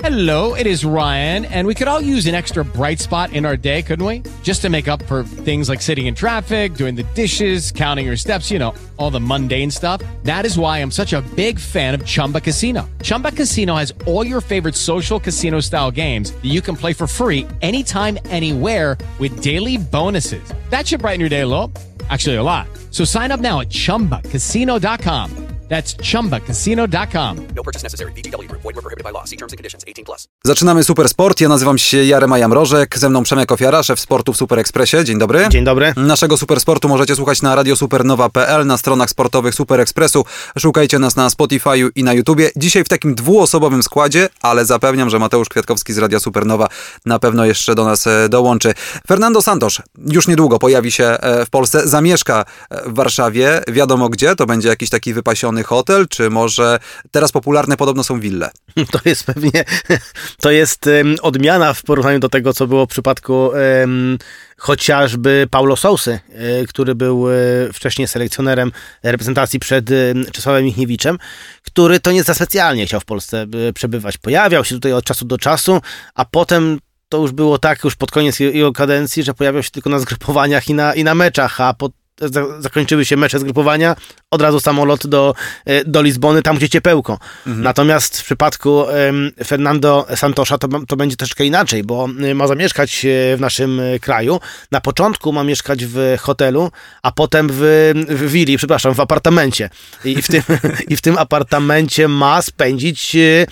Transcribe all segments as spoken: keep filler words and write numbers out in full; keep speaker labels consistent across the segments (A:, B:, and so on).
A: Hello, it is Ryan, and we could all use an extra bright spot in our day, couldn't we? Just to make up for things like sitting in traffic, doing the dishes, counting your steps, you know, all the mundane stuff. That is why I'm such a big fan of Chumba Casino. Chumba Casino has all your favorite social casino-style games that you can play for free anytime, anywhere with daily bonuses. That should brighten your day a little. Actually, a lot. So sign up now at chumba casino dot com. That's chumba casino dot com.
B: No purchase necessary. V G W Group. Void where prohibited by law. See terms and conditions. eighteen plus.
C: Zaczynamy Super Sport. Ja nazywam się Jarem Majam-Rożek. Ze mną Przemek Ofiara, szef sportu w Super Expressie. Dzień dobry.
D: Dzień dobry.
C: Naszego Super Sportu możecie słuchać na radiosupernowa kropka p l, na stronach sportowych Super Expressu. Szukajcie nas na Spotify'u i na YouTubie. Dzisiaj w takim dwuosobowym składzie, ale zapewniam, że Mateusz Kwiatkowski z Radia Supernowa na pewno jeszcze do nas dołączy. Fernando Santos już niedługo pojawi się w Polsce. Zamieszka w Warszawie. Wiadomo gdzie. To będzie jakiś taki wypasiony hotel, czy może teraz popularne podobno są wille.
D: To jest pewnie, to jest um, odmiana w porównaniu do tego, co było w przypadku um, chociażby Paulo Sousy, y, który był y, wcześniej selekcjonerem reprezentacji przed y, Czesławem Michniewiczem, który to nie za specjalnie chciał w Polsce y, przebywać. Pojawiał się tutaj od czasu do czasu, a potem to już było tak, już pod koniec jego kadencji, że pojawiał się tylko na zgrupowaniach i na, i na meczach, a po zakończyły się mecze zgrupowania, od razu samolot do, do Lizbony, tam gdzie ciepełko. Mhm. Natomiast w przypadku um, Fernando Santosza to, to będzie troszeczkę inaczej, bo ma zamieszkać w naszym kraju. Na początku ma mieszkać w hotelu, a potem w, w willi, przepraszam, w apartamencie. I w tym, i w tym apartamencie ma spędzić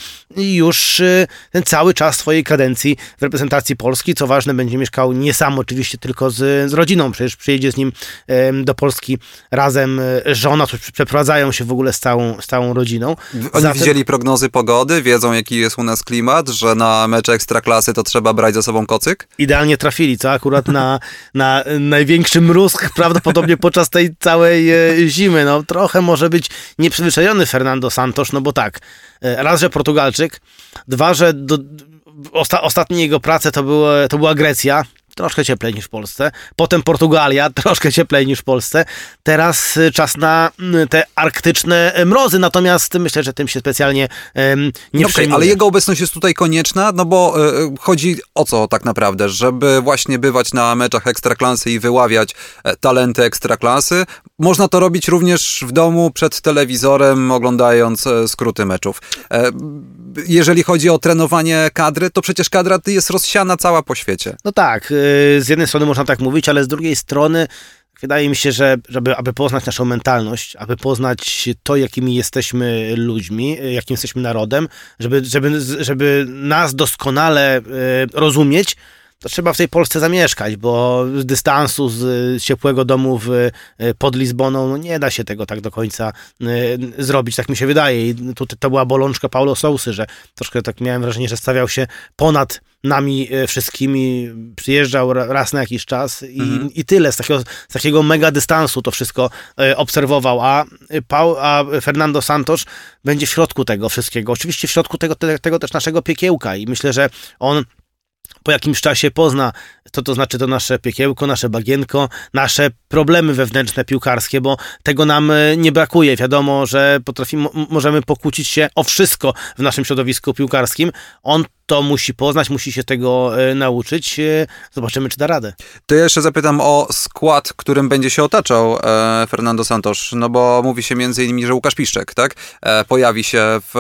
D: już ten cały czas swojej kadencji w reprezentacji Polski. Co ważne, będzie mieszkał nie sam oczywiście, tylko z, z rodziną. Przecież przyjedzie z nim um, do Polski razem żona, przeprowadzają się w ogóle z całą, z całą rodziną.
C: Oni
D: Zatem...
C: widzieli prognozy pogody, wiedzą jaki jest u nas klimat, że na mecze Ekstraklasy to trzeba brać ze sobą kocyk?
D: Idealnie trafili, co? Akurat na, na największy mróz prawdopodobnie podczas tej całej e, zimy. No, trochę może być nieprzyzwyczajony Fernando Santos, no bo tak, raz, że Portugalczyk, dwa, że do, osta, ostatnie jego prace to, było, to była Grecja, troszkę cieplej niż w Polsce. Potem Portugalia, troszkę cieplej niż w Polsce. Teraz czas na te arktyczne mrozy, natomiast myślę, że tym się specjalnie um, nie
C: okay,
D: przejmuje.
C: Ale jego obecność jest tutaj konieczna, no bo y, chodzi o co tak naprawdę? Żeby właśnie bywać na meczach Ekstraklasy i wyławiać e, talenty Ekstraklasy. Można to robić również w domu, przed telewizorem, oglądając e, skróty meczów. E, jeżeli chodzi o trenowanie kadry, to przecież kadra jest rozsiana cała po świecie.
D: No tak, z jednej strony można tak mówić, ale z drugiej strony wydaje mi się, że żeby aby poznać naszą mentalność, aby poznać to, jakimi jesteśmy ludźmi, jakim jesteśmy narodem, żeby, żeby, żeby nas doskonale rozumieć, to trzeba w tej Polsce zamieszkać, bo z dystansu, z ciepłego domu w, pod Lizboną, no nie da się tego tak do końca y, zrobić, tak mi się wydaje. I tu, to była bolączka Paulo Sousy, że troszkę tak miałem wrażenie, że stawiał się ponad nami wszystkimi, przyjeżdżał raz na jakiś czas i, mhm. i tyle. Z takiego, z takiego mega dystansu to wszystko y, obserwował, a, Paul, a Fernando Santos będzie w środku tego wszystkiego. Oczywiście w środku tego, te, tego też naszego piekiełka i myślę, że on po jakimś czasie pozna, co to znaczy to nasze piekiełko, nasze bagienko, nasze problemy wewnętrzne piłkarskie, bo tego nam nie brakuje. Wiadomo, że potrafimy, możemy pokłócić się o wszystko w naszym środowisku piłkarskim. On to musi poznać, musi się tego e, nauczyć. E, zobaczymy, czy da radę.
C: To ja jeszcze zapytam o skład, którym będzie się otaczał e, Fernando Santos, no bo mówi się między innymi, że Łukasz Piszczek, tak? E, pojawi się w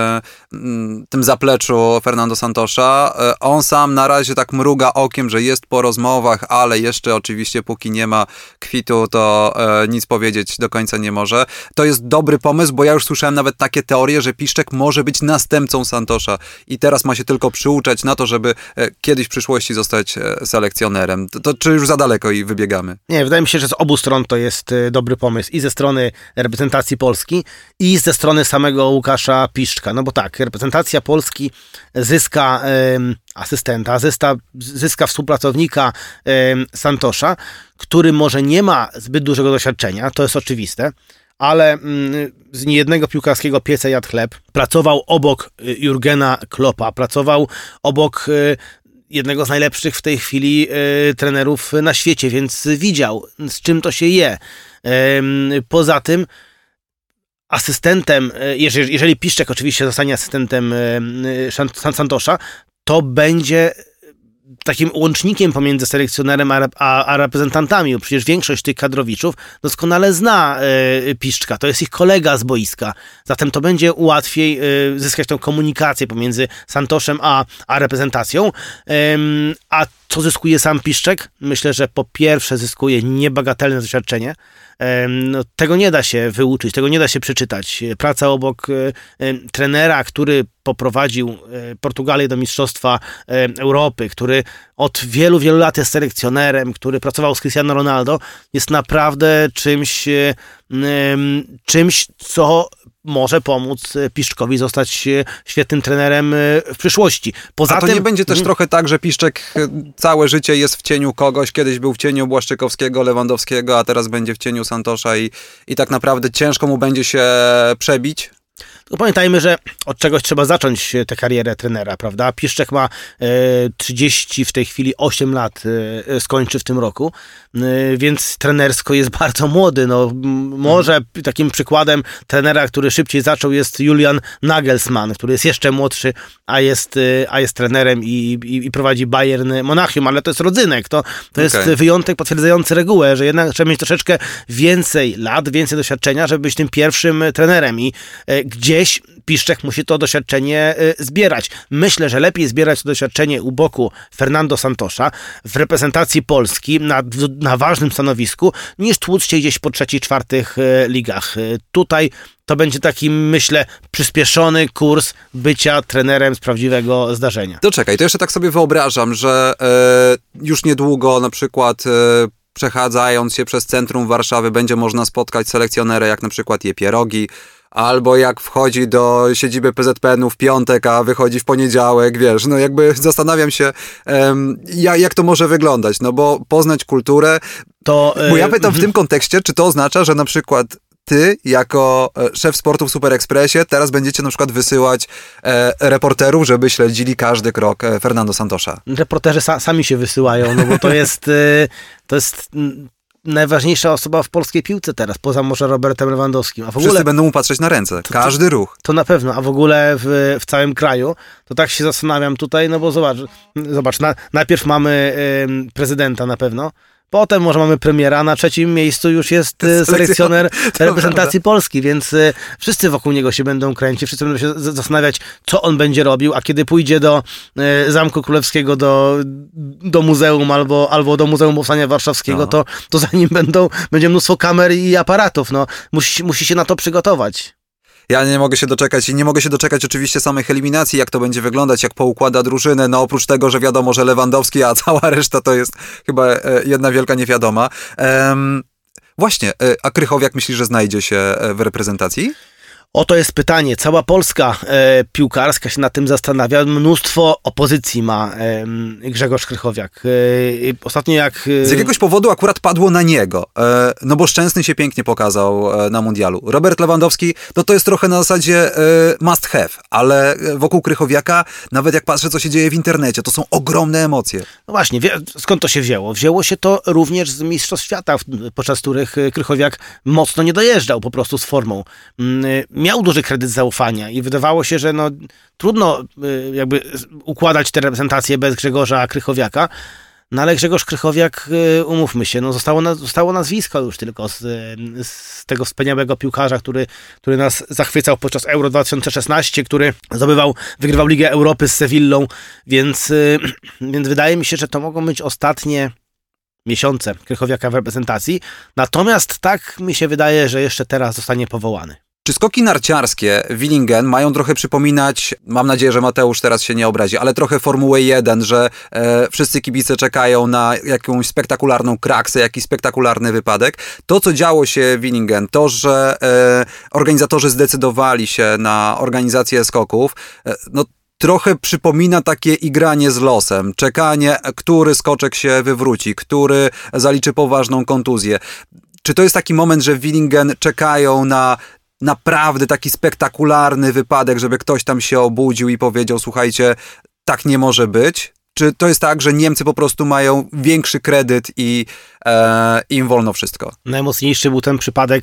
C: e, tym zapleczu Fernando Santosza. E, on sam na razie tak mruga okiem, że jest po rozmowach, ale jeszcze oczywiście póki nie ma kwitu, to e, nic powiedzieć do końca nie może. To jest dobry pomysł, bo ja już słyszałem nawet takie teorie, że Piszczek może być następcą Santosza i teraz ma się tylko przyuczać na to, żeby kiedyś w przyszłości zostać selekcjonerem. To, to czy już za daleko i wybiegamy?
D: Nie, wydaje mi się, że z obu stron to jest dobry pomysł. I ze strony reprezentacji Polski, i ze strony samego Łukasza Piszczka. No bo tak, reprezentacja Polski zyska um, asystenta, zyska, zyska współpracownika um, Santosza, który może nie ma zbyt dużego doświadczenia, to jest oczywiste, ale mm, z niejednego piłkarskiego pieca jadł chleb. Pracował obok y, Jurgena Kloppa, pracował obok y, jednego z najlepszych w tej chwili y, trenerów na świecie, więc widział, z czym to się je. Y, poza tym asystentem, jeżeli, jeżeli Piszczek oczywiście zostanie asystentem Santosza, to będzie takim łącznikiem pomiędzy selekcjonerem a, a, a reprezentantami, bo przecież większość tych kadrowiczów doskonale zna y, Piszczka, to jest ich kolega z boiska, zatem to będzie łatwiej y, zyskać tą komunikację pomiędzy Santoszem a, a reprezentacją. Ym, a co zyskuje sam Piszczek? Myślę, że po pierwsze zyskuje niebagatelne doświadczenie. No, tego nie da się wyuczyć, tego nie da się przeczytać. Praca obok y, y, trenera, który poprowadził y, Portugalię do Mistrzostwa y, Europy, który od wielu, wielu lat jest selekcjonerem, który pracował z Cristiano Ronaldo, jest naprawdę czymś, y, y, czymś, co może pomóc Piszczkowi zostać świetnym trenerem w przyszłości. Poza
C: A to
D: tym,
C: nie będzie też trochę tak, że Piszczek całe życie jest w cieniu kogoś, kiedyś był w cieniu Błaszczykowskiego, Lewandowskiego, a teraz będzie w cieniu Santosza i, i tak naprawdę ciężko mu będzie się przebić?
D: Tylko pamiętajmy, że od czegoś trzeba zacząć tę karierę trenera, prawda? Piszczek ma e, trzydzieści w tej chwili osiem lat, e, skończy w tym roku, e, więc trenersko jest bardzo młody. No, m, może takim przykładem trenera, który szybciej zaczął, jest Julian Nagelsmann, który jest jeszcze młodszy, a jest, e, a jest trenerem i, i, i prowadzi Bayern Monachium, ale to jest rodzynek. To, to jest
C: Okay.
D: wyjątek potwierdzający regułę, że jednak trzeba mieć troszeczkę więcej lat, więcej doświadczenia, żeby być tym pierwszym trenerem i e, gdzie Gdzieś Piszczek musi to doświadczenie y, zbierać. Myślę, że lepiej zbierać to doświadczenie u boku Fernando Santosza w reprezentacji Polski na, na ważnym stanowisku, niż tłuc się gdzieś po trzecich, czwartych y, ligach. Y, tutaj to będzie taki, myślę, przyspieszony kurs bycia trenerem z prawdziwego zdarzenia.
C: To czekaj, to jeszcze tak sobie wyobrażam, że e, już niedługo na przykład... E, przechadzając się przez centrum Warszawy będzie można spotkać selekcjonera jak na przykład je pierogi, albo jak wchodzi do siedziby P Z P N u w piątek, a wychodzi w poniedziałek, wiesz, no jakby zastanawiam się, um, jak, jak to może wyglądać, no bo poznać kulturę,
D: to,
C: bo ja pytam w tym kontekście, czy to oznacza, że na przykład ty, jako szef sportu w Super Expressie, teraz będziecie na przykład wysyłać e, reporterów, żeby śledzili każdy krok e, Fernando Santosza.
D: Reporterzy sa, sami się wysyłają, no bo to jest, y, to jest najważniejsza osoba w polskiej piłce teraz, poza może Robertem Lewandowskim. A w ogóle,
C: Wszyscy będą mu patrzeć na ręce,
D: to,
C: każdy ruch.
D: To na pewno, a w ogóle w, w całym kraju, to tak się zastanawiam tutaj, no bo zobacz, zobacz na, najpierw mamy y, prezydenta na pewno, potem może mamy premiera, na trzecim miejscu już jest selekcjoner reprezentacji Polski, więc y, wszyscy wokół niego się będą kręcić, wszyscy będą się z- zastanawiać, co on będzie robił, a kiedy pójdzie do y, Zamku Królewskiego, do, do muzeum albo, albo do Muzeum Powstania Warszawskiego,
C: No.
D: to, to za nim będą, będzie mnóstwo kamer i aparatów. No, musi, musi się na to przygotować.
C: Ja nie mogę się doczekać i nie mogę się doczekać oczywiście samych eliminacji, jak to będzie wyglądać, jak poukłada drużynę, no oprócz tego, że wiadomo, że Lewandowski, a cała reszta to jest chyba e, jedna wielka niewiadoma. Ehm, właśnie, e, a Krychowiak myślisz, że znajdzie się w reprezentacji?
D: Oto jest pytanie. Cała Polska e, piłkarska się nad tym zastanawia. Mnóstwo opozycji ma e, Grzegorz Krychowiak. E, ostatnio jak... E...
C: Z jakiegoś powodu akurat padło na niego, e, no bo Szczęsny się pięknie pokazał e, na mundialu. Robert Lewandowski, no to jest trochę na zasadzie e, must have, ale wokół Krychowiaka, nawet jak patrzę, co się dzieje w internecie, to są ogromne emocje.
D: No właśnie, wie, skąd to się wzięło? Wzięło się to również z Mistrzostw Świata, podczas których Krychowiak mocno nie dojeżdżał po prostu z formą. Miał duży kredyt zaufania i wydawało się, że no, trudno jakby układać tę reprezentację bez Grzegorza Krychowiaka. No ale Grzegorz Krychowiak, umówmy się, no zostało, na, zostało nazwisko już tylko z, z tego wspaniałego piłkarza, który, który nas zachwycał podczas Euro dwa tysiące szesnaście, który zdobywał, wygrywał Ligę Europy z Sewillą, więc, więc wydaje mi się, że to mogą być ostatnie miesiące Krychowiaka w reprezentacji. Natomiast tak mi się wydaje, że jeszcze teraz zostanie powołany.
C: Czy skoki narciarskie Willingen mają trochę przypominać, mam nadzieję, że Mateusz teraz się nie obrazi, ale trochę Formułę jeden, że e, wszyscy kibice czekają na jakąś spektakularną kraksę, jakiś spektakularny wypadek. To, co działo się w Willingen, to, że e, organizatorzy zdecydowali się na organizację skoków, e, no trochę przypomina takie igranie z losem, czekanie, który skoczek się wywróci, który zaliczy poważną kontuzję. Czy to jest taki moment, że w Willingen czekają na naprawdę taki spektakularny wypadek, żeby ktoś tam się obudził i powiedział, słuchajcie, tak nie może być? Czy to jest tak, że Niemcy po prostu mają większy kredyt i e, im wolno wszystko?
D: Najmocniejszy był ten przypadek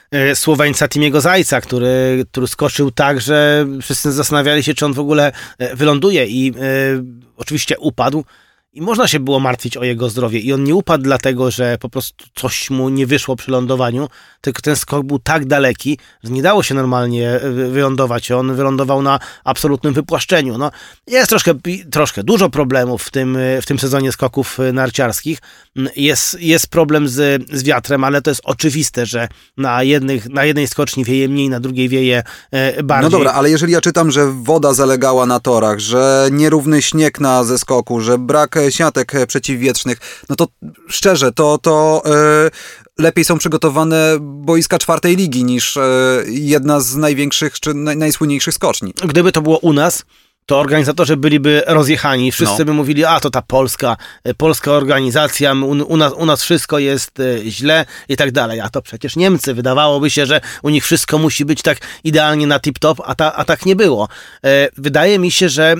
D: e, Słoweńca Timiego Zajca, który, który skoczył tak, że wszyscy zastanawiali się, czy on w ogóle e, wyląduje i e, oczywiście upadł. I można się było martwić o jego zdrowie. I on nie upadł dlatego, że po prostu coś mu nie wyszło przy lądowaniu, tylko ten skok był tak daleki, że nie dało się normalnie wylądować. On wylądował na absolutnym wypłaszczeniu. No, jest troszkę, troszkę dużo problemów w tym, w tym sezonie skoków narciarskich. Jest, jest problem z, z wiatrem, ale to jest oczywiste, że na, jednych, na jednej skoczni wieje mniej, na drugiej wieje bardziej.
C: No dobra, ale jeżeli ja czytam, że woda zalegała na torach, że nierówny śnieg na zeskoku, że brak siatek przeciwwietrznych, no to szczerze, to, to yy, lepiej są przygotowane boiska czwartej ligi niż yy, jedna z największych czy naj, najsłynniejszych skoczni.
D: Gdyby to było u nas, to organizatorzy byliby rozjechani. Wszyscy no. by mówili, a to ta polska, polska organizacja, u, u, nas, u nas wszystko jest źle i tak dalej. A to przecież Niemcy. Wydawałoby się, że u nich wszystko musi być tak idealnie na tip-top, a, ta, a tak nie było. Wydaje mi się, że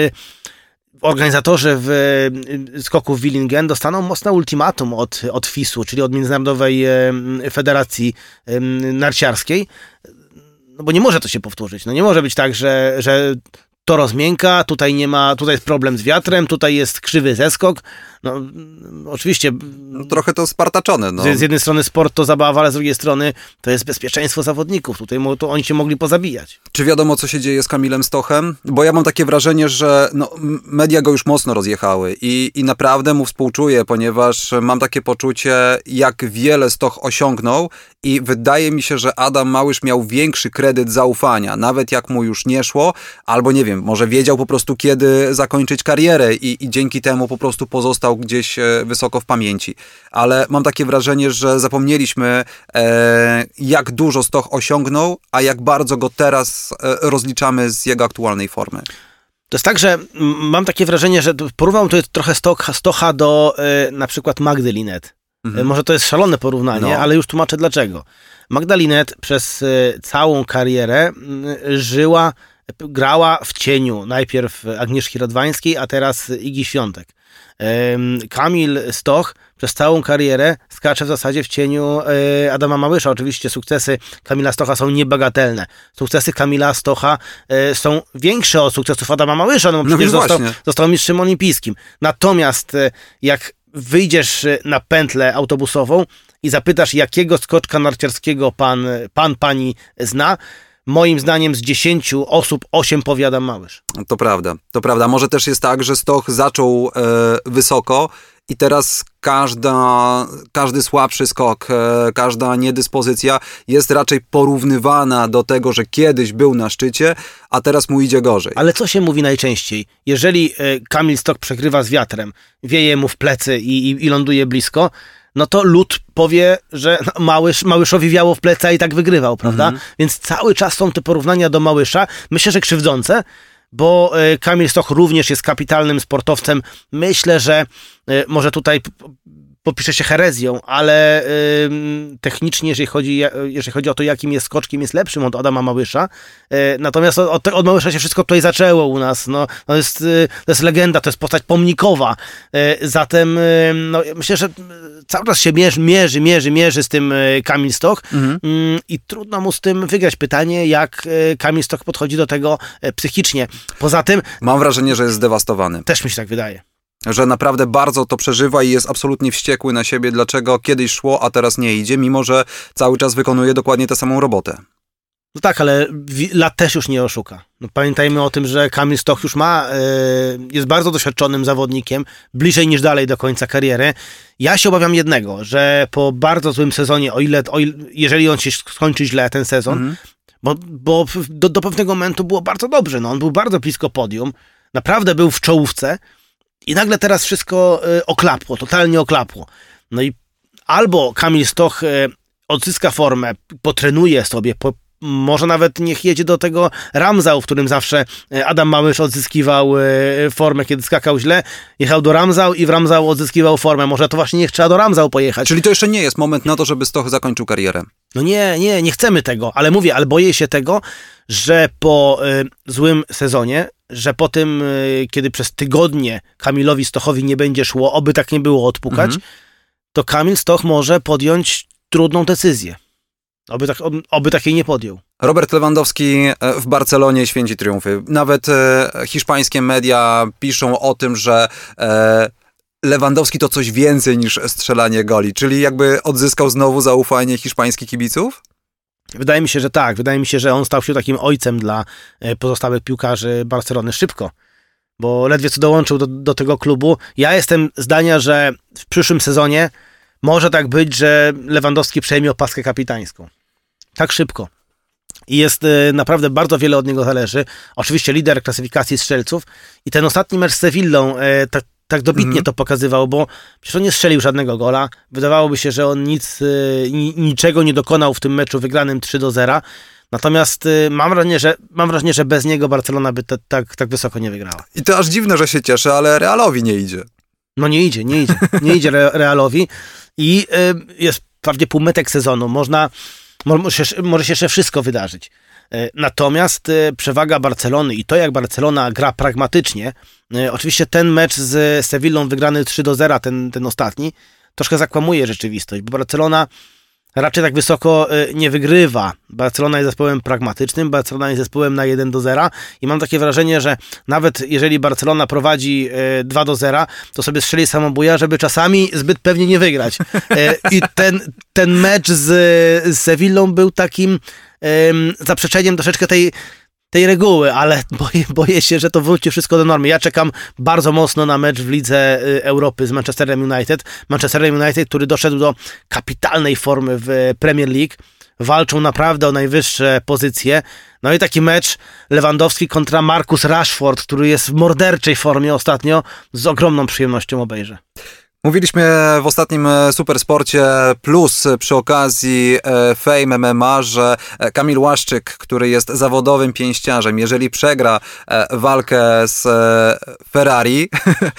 D: organizatorzy w skoku w Willingen dostaną mocne ultimatum od, od F I S-u, czyli od Międzynarodowej Federacji Narciarskiej, no bo nie może to się powtórzyć. No nie może być tak, że, że to rozmięka, tutaj nie ma, tutaj jest problem z wiatrem, tutaj jest krzywy zeskok. No, oczywiście...
C: No, trochę to spartaczone. No.
D: Z, z jednej strony sport to zabawa, ale z drugiej strony to jest bezpieczeństwo zawodników. Tutaj mo, to oni się mogli pozabijać.
C: Czy wiadomo, co się dzieje z Kamilem Stochem? Bo ja mam takie wrażenie, że no, media go już mocno rozjechały i, i naprawdę mu współczuję, ponieważ mam takie poczucie, jak wiele Stoch osiągnął i wydaje mi się, że Adam Małysz miał większy kredyt zaufania, nawet jak mu już nie szło, albo nie wiem, może wiedział po prostu, kiedy zakończyć karierę i, i dzięki temu po prostu pozostał gdzieś wysoko w pamięci. Ale mam takie wrażenie, że zapomnieliśmy, e, jak dużo Stoch osiągnął, a jak bardzo go teraz e, rozliczamy z jego aktualnej formy.
D: To jest tak, że mam takie wrażenie, że porównam to trochę Stocha, Stocha do e, na przykład Magdy Linette. Mhm. Może to jest szalone porównanie, no. ale już tłumaczę dlaczego. Magda Linette przez e, całą karierę e, żyła, grała w cieniu. Najpierw Agnieszki Radwańskiej, a teraz Igi Świątek. Kamil Stoch przez całą karierę skacze w zasadzie w cieniu Adama Małysza. Oczywiście sukcesy Kamila Stocha są niebagatelne. Sukcesy Kamila Stocha są większe od sukcesów Adama Małysza, no bo przecież no został, został mistrzem olimpijskim. Natomiast jak wyjdziesz na pętlę autobusową i zapytasz, jakiego skoczka narciarskiego pan, pan pani zna, moim zdaniem z dziesięciu osób osiem powie Adam Małysz.
C: To prawda, to prawda. Może też jest tak, że Stoch zaczął e, wysoko i teraz każda, każdy słabszy skok, e, każda niedyspozycja jest raczej porównywana do tego, że kiedyś był na szczycie, a teraz mu idzie gorzej.
D: Ale co się mówi najczęściej? Jeżeli e, Kamil Stoch przegrywa z wiatrem, wieje mu w plecy i, i, i ląduje blisko, no to lud powie, że Małysz, Małyszowi wiało w pleca i tak wygrywał, prawda? Mhm. Więc cały czas są te porównania do Małysza. Myślę, że krzywdzące, bo Kamil Stoch również jest kapitalnym sportowcem. Myślę, że może tutaj popisze się herezją, ale y, technicznie, jeżeli chodzi, jeżeli chodzi o to, jakim jest skoczkiem, jest lepszym od Adama Małysza. Y, natomiast od, od Małysza się wszystko tutaj zaczęło u nas. No, to, jest, y, to jest legenda, to jest postać pomnikowa. Y, zatem y, no, myślę, że cały czas się mierzy, mierzy, mierzy, mierzy z tym y, Kamil Stoch mhm. y, i trudno mu z tym wygrać. Pytanie, jak y, Kamil Stoch podchodzi do tego y, psychicznie. Poza tym...
C: Mam wrażenie, że jest zdewastowany.
D: Też mi się tak wydaje.
C: Że naprawdę bardzo to przeżywa i jest absolutnie wściekły na siebie, dlaczego kiedyś szło, a teraz nie idzie, mimo że cały czas wykonuje dokładnie tę samą robotę.
D: No tak, ale lat też już nie oszuka. No pamiętajmy o tym, że Kamil Stoch już ma, yy, jest bardzo doświadczonym zawodnikiem, bliżej niż dalej do końca kariery. Ja się obawiam jednego, że po bardzo złym sezonie, o ile, o ile jeżeli on się skończy źle ten sezon, mhm. bo, bo do, do pewnego momentu było bardzo dobrze, no on był bardzo blisko podium, naprawdę był w czołówce, i nagle teraz wszystko y, oklapło, totalnie oklapło. No i albo Kamil Stoch y, odzyska formę, potrenuje sobie, po, może nawet niech jedzie do tego Ramsau, w którym zawsze Adam Małysz odzyskiwał y, formę, kiedy skakał źle. Jechał do Ramsau i w Ramsau odzyskiwał formę. Może to właśnie niech trzeba do Ramsau pojechać.
C: Czyli to jeszcze nie jest moment na to, żeby Stoch zakończył karierę.
D: No nie, nie, nie chcemy tego, ale mówię, ale boję się tego, że po y, złym sezonie, że po tym, y, kiedy przez tygodnie Kamilowi Stochowi nie będzie szło, oby tak nie było odpukać, mhm. to Kamil Stoch może podjąć trudną decyzję. Oby, tak, oby takiej nie podjął.
C: Robert Lewandowski w Barcelonie święci triumfy. Nawet e, hiszpańskie media piszą o tym, że e, Lewandowski to coś więcej niż strzelanie goli, czyli jakby odzyskał znowu zaufanie hiszpańskich kibiców?
D: Wydaje mi się, że tak. Wydaje mi się, że on stał się takim ojcem dla pozostałych piłkarzy Barcelony szybko, bo ledwie co dołączył do, do tego klubu. Ja jestem zdania, że w przyszłym sezonie może tak być, że Lewandowski przejmie opaskę kapitańską. Tak szybko. I jest y, naprawdę bardzo wiele od niego zależy. Oczywiście lider klasyfikacji strzelców i ten ostatni mecz z Sewillą y, tak, tak dobitnie mm. to pokazywał, bo przecież on nie strzelił żadnego gola. Wydawałoby się, że on nic, y, niczego nie dokonał w tym meczu wygranym trzy do zera. Natomiast y, mam wrażenie, że mam wrażenie, że bez niego Barcelona by te, tak, tak wysoko nie wygrała.
C: I to aż dziwne, że się cieszę, ale Realowi nie idzie.
D: No nie idzie, nie idzie. Nie idzie Realowi i y, jest wprawdzie półmetek sezonu. Można Może się, może się jeszcze wszystko wydarzyć. Natomiast przewaga Barcelony i to, jak Barcelona gra pragmatycznie, oczywiście ten mecz z Sewillą wygrany trzy do zera, ten, ten ostatni, troszkę zakłamuje rzeczywistość, bo Barcelona raczej tak wysoko nie wygrywa. Barcelona jest zespołem pragmatycznym, Barcelona jest zespołem na jeden do zera i mam takie wrażenie, że nawet jeżeli Barcelona prowadzi dwa do zera, to sobie strzeli samobuja, żeby czasami zbyt pewnie nie wygrać. I ten, ten mecz z, z Sewillą był takim um, zaprzeczeniem troszeczkę tej tej reguły, ale boję, boję się, że to wróci wszystko do normy. Ja czekam bardzo mocno na mecz w Lidze Europy z Manchesterem United. Manchesterem United, który doszedł do kapitalnej formy w Premier League. Walczą naprawdę o najwyższe pozycje. No i taki mecz Lewandowski kontra Marcus Rashford, który jest w morderczej formie ostatnio, z ogromną przyjemnością obejrzę.
C: Mówiliśmy w ostatnim Supersporcie Plus przy okazji Fame M M A, że Kamil Łaszczyk, który jest zawodowym pięściarzem, jeżeli przegra walkę z Ferrari,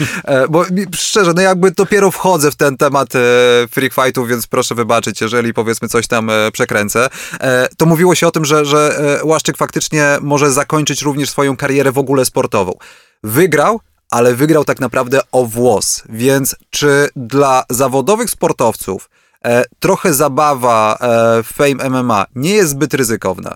C: bo szczerze, no jakby dopiero wchodzę w ten temat freak fightów, więc proszę wybaczyć, jeżeli powiedzmy coś tam przekręcę, to mówiło się o tym, że, że Łaszczyk faktycznie może zakończyć również swoją karierę w ogóle sportową. Wygrał, ale wygrał tak naprawdę o włos. Więc czy dla zawodowych sportowców e, trochę zabawa e, w Fame M M A nie jest zbyt ryzykowna?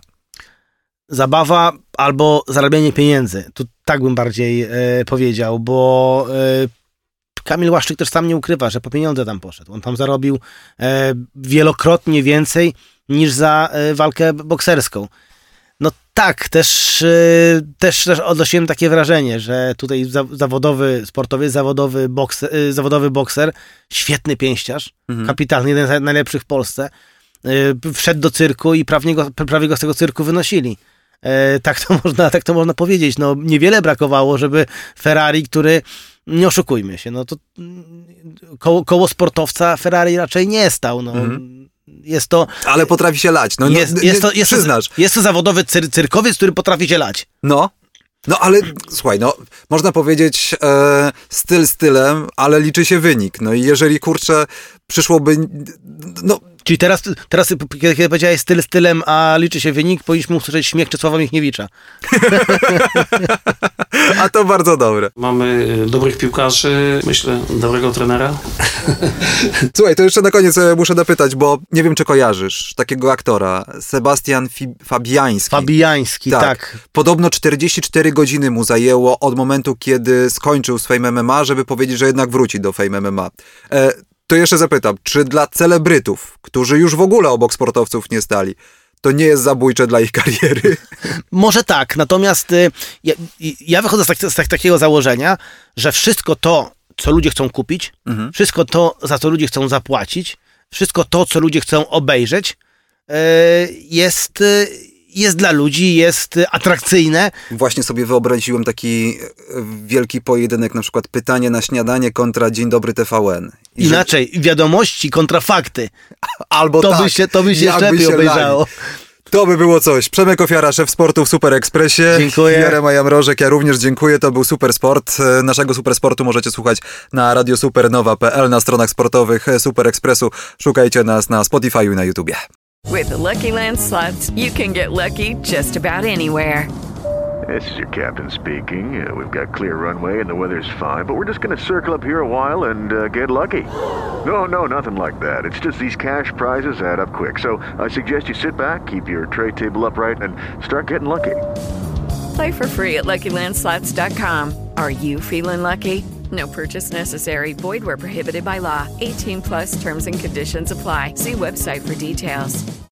D: Zabawa albo zarabianie pieniędzy. Tu tak bym bardziej e, powiedział, bo e, Kamil Łaszczyk też sam nie ukrywa, że po pieniądze tam poszedł. On tam zarobił e, wielokrotnie więcej niż za e, walkę bokserską. No tak, też, yy, też, też odnosiłem takie wrażenie, że tutaj za, zawodowy sportowiec, zawodowy bokser, yy, zawodowy bokser, świetny pięściarz, mhm. kapitalny, jeden z najlepszych w Polsce, yy, wszedł do cyrku i prawie go, prawie go z tego cyrku wynosili. Yy, tak, to można, tak to można powiedzieć. No, niewiele brakowało, żeby Ferrari, który, nie oszukujmy się, no to koło, koło sportowca Ferrari raczej nie stał. No. Mhm. Jest to...
C: Ale potrafi się lać. No,
D: jest,
C: no,
D: jest, to, jest,
C: przyznasz.
D: To, jest to zawodowy cyr, cyrkowiec, który potrafi się lać.
C: No. No ale słuchaj, no można powiedzieć e, styl stylem, ale liczy się wynik. No i jeżeli kurczę przyszłoby... No,
D: czyli teraz, teraz kiedy powiedziałeś styl stylem, a liczy się wynik, powinniśmy usłyszeć śmiech Czesława Michniewicza.
C: A to bardzo dobre.
E: Mamy dobrych piłkarzy, myślę, dobrego trenera.
C: Słuchaj, to jeszcze na koniec muszę dopytać, bo nie wiem, czy kojarzysz takiego aktora, Sebastian Fi- Fabiański.
D: Fabiański, tak. tak.
C: Podobno czterdzieści cztery godziny mu zajęło od momentu, kiedy skończył z Fame M M A, żeby powiedzieć, że jednak wróci do Fame M M A. E, to jeszcze zapytam, czy dla celebrytów, którzy już w ogóle obok sportowców nie stali, to nie jest zabójcze dla ich kariery?
D: Może tak, natomiast y, ja, ja wychodzę z, tak, z tak, takiego założenia, że wszystko to, co ludzie chcą kupić, mhm. wszystko to, za co ludzie chcą zapłacić, wszystko to, co ludzie chcą obejrzeć, y, jest... Y, jest dla ludzi, jest atrakcyjne.
C: Właśnie sobie wyobraziłem taki wielki pojedynek, na przykład pytanie na śniadanie kontra Dzień Dobry T V N.
D: I Inaczej, że... wiadomości kontra fakty.
C: Albo
D: to
C: tak.
D: By się, to by się jeszcze lepiej obejrzało. Lali.
C: To by było coś. Przemek Ofiara, szef sportu w Super Expressie.
D: Dziękuję.
C: Jarema Jamrożek, ja również dziękuję. To był Super Sport. Naszego Super Sportu możecie słuchać na radio supernowa kropka p l, na stronach sportowych Super Expressu. Szukajcie nas na Spotify i na YouTubie.
F: With the Lucky Land Slots, you can get lucky just about anywhere. This is your captain speaking. Uh, we've got clear runway and the weather's fine, but we're just going to circle up here a while and uh, get lucky. No, no, nothing like that. It's just these cash prizes add up quick. So I suggest you sit back, keep your tray table upright, and start getting lucky.
G: Play for free at Lucky Land Slots dot com. Are you feeling lucky? No purchase necessary. Void where prohibited by law. eighteen plus terms and conditions apply. See website for details.